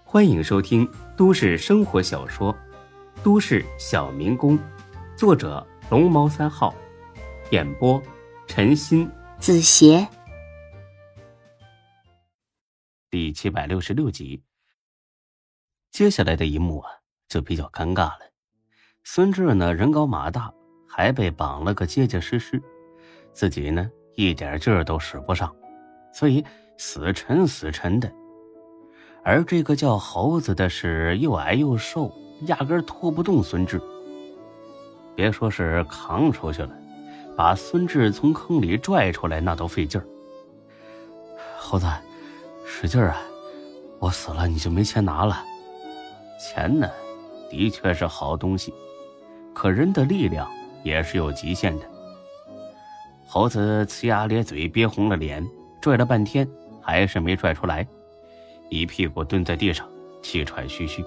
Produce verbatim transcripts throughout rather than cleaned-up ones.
欢迎收听都市生活小说《都市小民工》，作者龙猫三号，演播陈鑫、 子邪。 第七百六十六集。接下来的一幕啊，就比较尴尬了。孙志呢，人高马大，还被绑了个结结实实，自己呢一点劲儿都使不上，所以死沉死沉的。而这个叫猴子的是又矮又瘦，压根拖不动孙志。别说是扛出去了，把孙志从坑里拽出来那都费劲儿。猴子，使劲儿啊！我死了你就没钱拿了。钱呢，的确是好东西，可人的力量也是有极限的。猴子呲牙咧嘴，憋红了脸，拽了半天还是没拽出来，一屁股蹲在地上，气喘吁吁。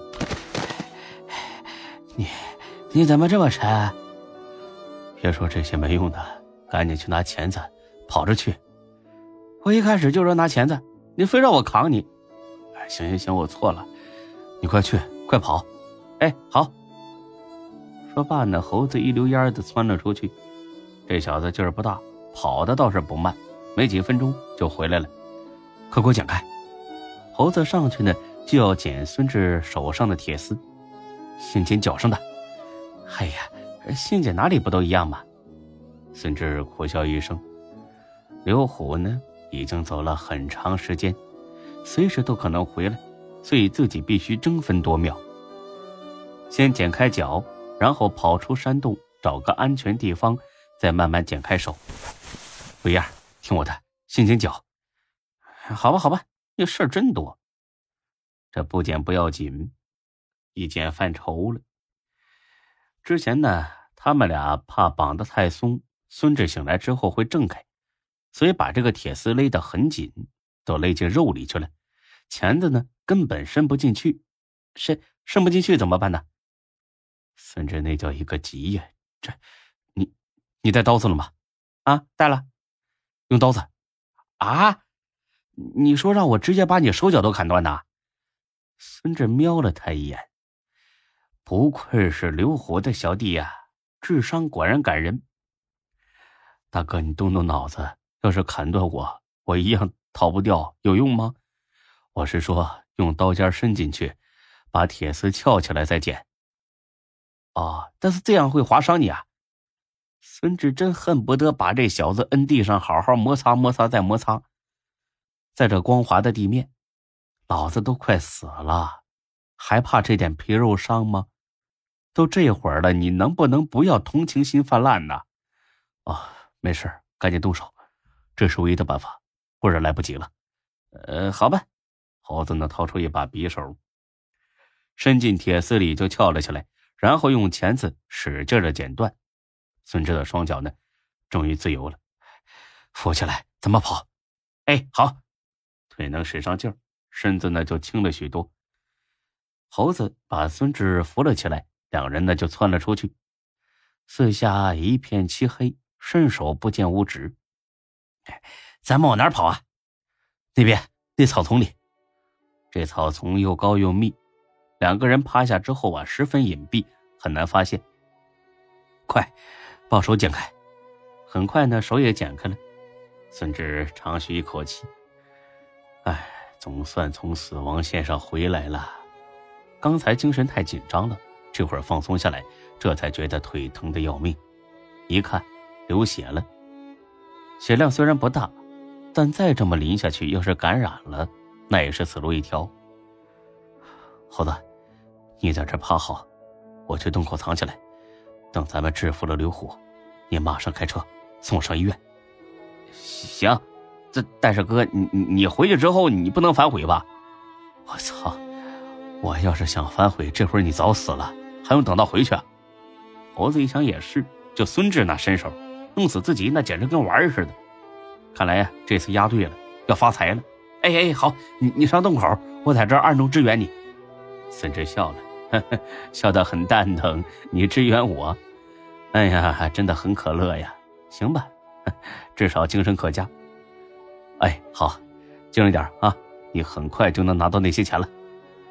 你你怎么这么沉？别说这些没用的，赶紧去拿钳子，跑着去。我一开始就说拿钳子，你非让我扛你。哎，行行行，我错了，你快去，快跑。哎，好。说罢呢，猴子一溜烟的窜了出去。这小子劲儿不大，跑的倒是不慢，没几分钟就回来了。快给我剪开。猴子上去呢，就要剪孙志手上的铁丝，先剪脚上的。哎呀，先剪哪里不都一样吗？孙志苦笑一声。刘虎呢，已经走了很长时间，随时都可能回来，所以自己必须争分夺秒。先剪开脚，然后跑出山洞，找个安全地方，再慢慢剪开手。不一样，听我的，先剪脚。好吧好吧，你事儿真多。这不剪不要紧，一剪犯愁了。之前呢，他们俩怕绑得太松，孙志醒来之后会挣开，所以把这个铁丝勒得很紧，都勒进肉里去了。钳子呢，根本伸不进去，伸伸不进去怎么办呢？孙志那叫一个急呀！这，你你带刀子了吗？啊，带了。用刀子？啊？你说让我直接把你手脚都砍断的？孙志瞄了他一眼，不愧是刘虎的小弟呀、啊，智商果然感人。大哥，你动动脑子，要是砍断我，我一样逃不掉，有用吗？我是说，用刀尖伸进去，把铁丝翘起来再剪。哦，但是这样会划伤你啊！孙志真恨不得把这小子摁地上，好好摩擦摩擦再摩擦。在这光滑的地面，老子都快死了，还怕这点皮肉伤吗？都这会儿了，你能不能不要同情心泛滥呢？哦，没事，赶紧动手，这是唯一的办法，不然来不及了。呃，好吧。猴子呢，掏出一把匕首，伸进铁丝里就撬了起来，然后用钳子使劲的剪断。孙志的双脚呢，终于自由了。扶起来，怎么跑？哎，好。腿能使上劲儿，身子呢就轻了许多。猴子把孙志扶了起来，两人呢就窜了出去。四下一片漆黑，伸手不见五指。咱们往哪儿跑啊？那边，那草丛里。这草丛又高又密，两个人趴下之后啊，十分隐蔽，很难发现。快，把手剪开。很快呢，手也剪开了。孙志长吁一口气。哎，总算从死亡线上回来了。刚才精神太紧张了，这会儿放松下来，这才觉得腿疼得要命。一看，流血了。血量虽然不大，但再这么淋下去，要是感染了，那也是死路一条。猴子，你在这趴好，我去洞口藏起来，等咱们制服了刘虎，你马上开车送我上医院。行。这但是哥，你你回去之后你不能反悔吧？我操！我要是想反悔，这会儿你早死了，还用等到回去啊？猴子一想也是，就孙志那身手，弄死自己那简直跟玩似的。看来呀、啊，这次押对了，要发财了。哎哎，好，你你上洞口，我在这儿暗中支援你。孙志笑了，呵呵，笑得很蛋疼。你支援我？哎呀，真的很可乐呀。行吧，至少精神可嘉。哎，好，精神点啊！你很快就能拿到那些钱了。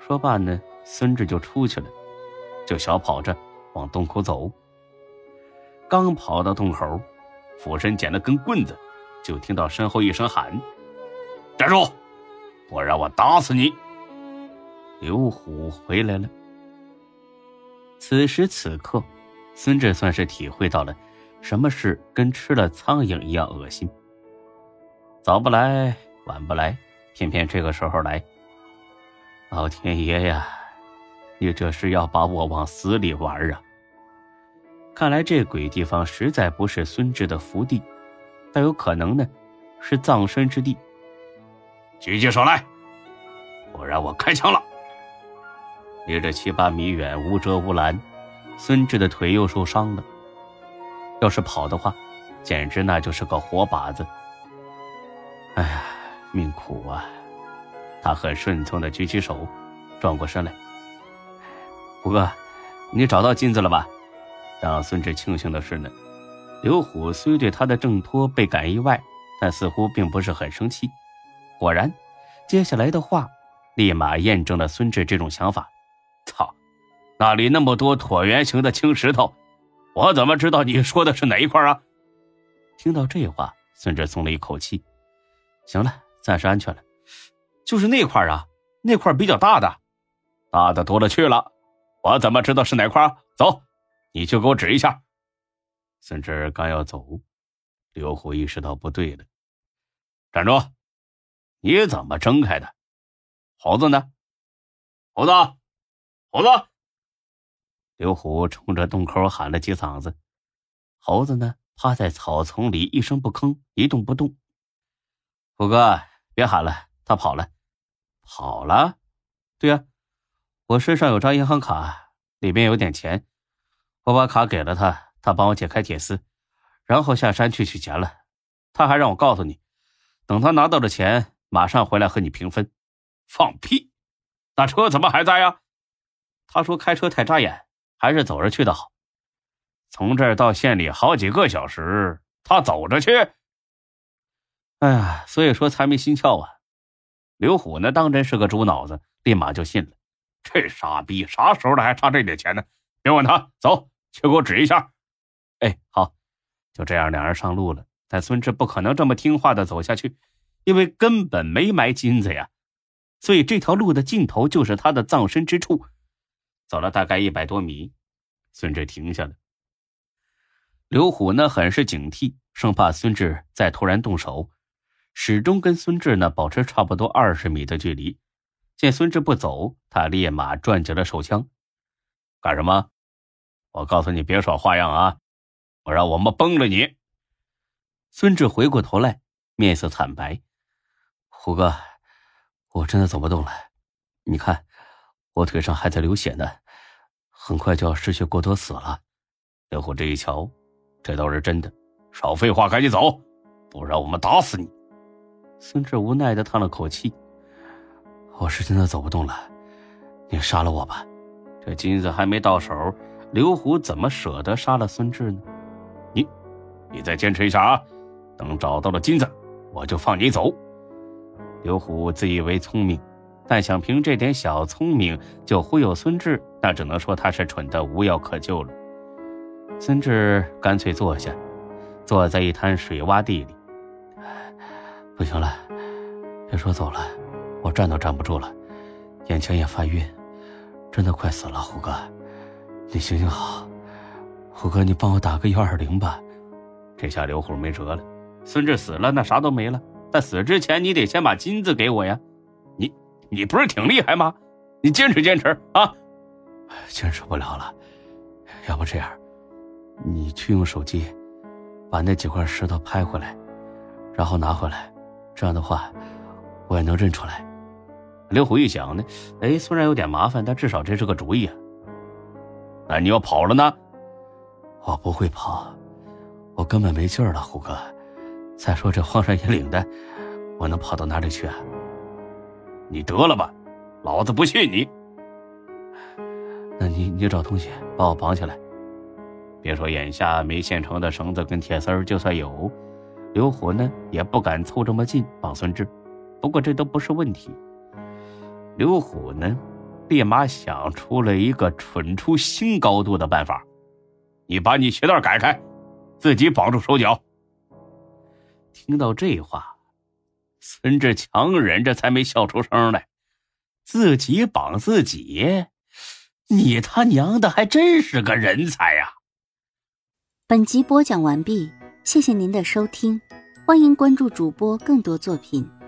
说罢呢，孙志就出去了，就小跑着往洞口走。刚跑到洞口，俯身捡了根棍子，就听到身后一声喊：站住，不然我打死你！刘虎回来了。此时此刻，孙志算是体会到了什么是跟吃了苍蝇一样恶心。早不来晚不来，偏偏这个时候来。老天爷呀，你这是要把我往死里玩啊！看来这鬼地方实在不是孙志的福地，但有可能呢是葬身之地。举起手来，不然我开枪了！离着七八米远，无遮无拦，孙志的腿又受伤了，要是跑的话，简直那就是个活靶子。哎呀，命苦啊！他很顺从地举起手，转过身来。虎哥，你找到金子了吧？让孙志庆幸的是呢，刘虎虽对他的挣脱倍感意外，但似乎并不是很生气。果然，接下来的话立马验证了孙志这种想法。操，那里那么多椭圆形的青石头，我怎么知道你说的是哪一块啊？听到这话，孙志松了一口气。行了，暂时安全了。就是那块啊，那块比较大的。大的多了去了，我怎么知道是哪块？走，你就给我指一下。孙志刚要走，刘虎意识到不对了。站住！你怎么睁开的？猴子呢？猴子，猴子！刘虎冲着洞口喊了几嗓子。猴子呢，趴在草丛里一声不吭，一动不动。虎哥，别喊了，他跑了。跑了？对呀、啊，我身上有张银行卡，里边有点钱，我把卡给了他，他帮我解开铁丝，然后下山去取钱了。他还让我告诉你，等他拿到了钱，马上回来和你平分。放屁！那车怎么还在呀？他说开车太扎眼，还是走着去的好。从这儿到县里好几个小时，他走着去。哎呀，所以说财迷心窍啊。刘虎呢，当真是个猪脑子，立马就信了。这傻逼啥时候了还差这点钱呢？别问他，走，去给我指一下。哎，好，就这样两人上路了。但孙志不可能这么听话的走下去，因为根本没埋金子呀。所以这条路的尽头就是他的葬身之处。走了大概一百多米，孙志停下了。刘虎呢，很是警惕，生怕孙志再突然动手，始终跟孙志呢保持差不多二十米的距离。见孙志不走，他立马转起了手枪。干什么？我告诉你别耍花样啊，我让我们崩了你。孙志回过头来，面色惨白。虎哥，我真的走不动了，你看我腿上还在流血呢，很快就要失血过多死了。刘虎这一瞧，这都是真的，少废话，赶紧走，不然我们打死你。孙志无奈地叹了口气，我是真的走不动了，你杀了我吧。这金子还没到手，刘虎怎么舍得杀了孙志呢？你你再坚持一下啊，等找到了金子我就放你走。刘虎自以为聪明，但想凭这点小聪明就忽悠孙志，那只能说他是蠢得无药可救了。孙志干脆坐下，坐在一滩水洼地里。不行了，别说走了，我站都站不住了，眼前也发晕，真的快死了。虎哥，你行行好，虎哥你帮我打个一二零吧。这下刘虎没辙了，孙志死了那啥都没了，但死之前你得先把金子给我呀。你你不是挺厉害吗？你坚持坚持啊。坚持不了了，要不这样，你去用手机把那几块石头拍回来，然后拿回来，这样的话我也能认出来。刘虎一想呢，哎，虽然有点麻烦，但至少这是个主意啊。那你要跑了呢？我不会跑，我根本没劲儿了，虎哥。再说这荒山野岭的，我能跑到哪里去啊？你得了吧，老子不信你。那你你找东西把我绑起来。别说眼下没现成的绳子跟铁丝儿，就算有，刘虎呢也不敢凑这么近绑孙志。不过这都不是问题。刘虎呢立马想出了一个蠢出新高度的办法。你把你鞋带改开，自己绑住手脚。听到这话，孙志强忍着才没笑出声来。自己绑自己，你他娘的还真是个人才呀！ 本集播讲完毕，谢谢您的收听，欢迎关注主播更多作品。